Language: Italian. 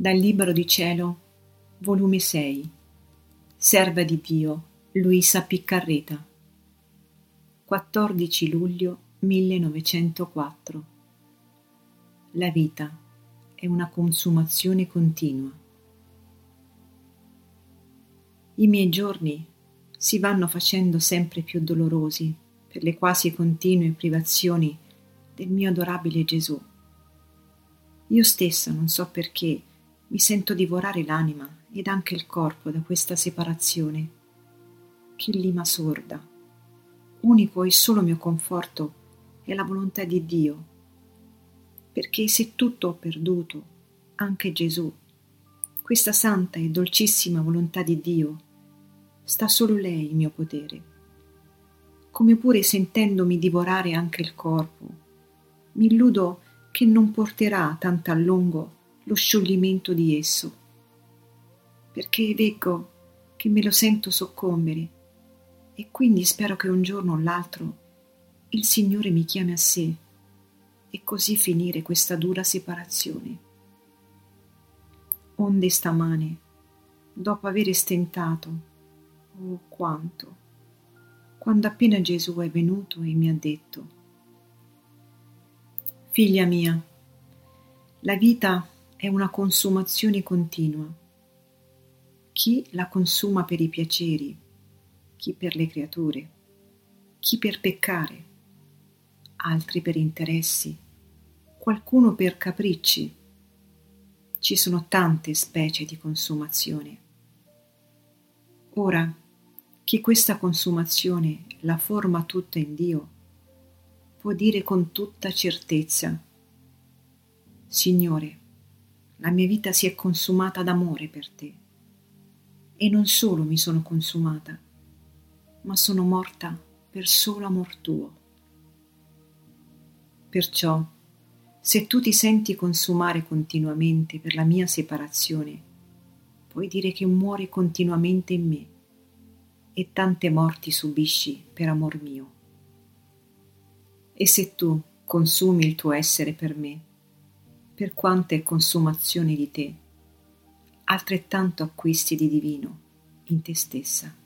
Dal Libro di Cielo, volume 6, Serva di Dio, Luisa Piccarreta, 14 luglio 1904. La vita è una consumazione continua. I miei giorni si vanno facendo sempre più dolorosi per le quasi continue privazioni del mio adorabile Gesù. Io stessa non so perché mi sento divorare l'anima ed anche il corpo da questa separazione. Che lima sorda, unico e solo mio conforto è la volontà di Dio, perché se tutto ho perduto, anche Gesù, questa santa e dolcissima volontà di Dio, sta solo lei in mio potere. Come pure sentendomi divorare anche il corpo, mi illudo che non porterà tanto a lungo lo scioglimento di esso, perché veggo che me lo sento soccombere e quindi spero che un giorno o l'altro il Signore mi chiami a sé e così finire questa dura separazione. Onde stamane, dopo aver stentato, oh quanto, quando appena Gesù è venuto e mi ha detto: figlia mia, la vita è una consumazione continua. Chi la consuma per i piaceri, chi per le creature, chi per peccare, altri per interessi, qualcuno per capricci. Ci sono tante specie di consumazione. Ora, chi questa consumazione la forma tutta in Dio, può dire con tutta certezza: Signore, la mia vita si è consumata d'amore per te, e non solo mi sono consumata, ma sono morta per solo amor tuo. Perciò, se tu ti senti consumare continuamente per la mia separazione, puoi dire che muori continuamente in me e tante morti subisci per amor mio. E se tu consumi il tuo essere per me, per quanto è consumazione di te, altrettanto acquisti di divino in te stessa.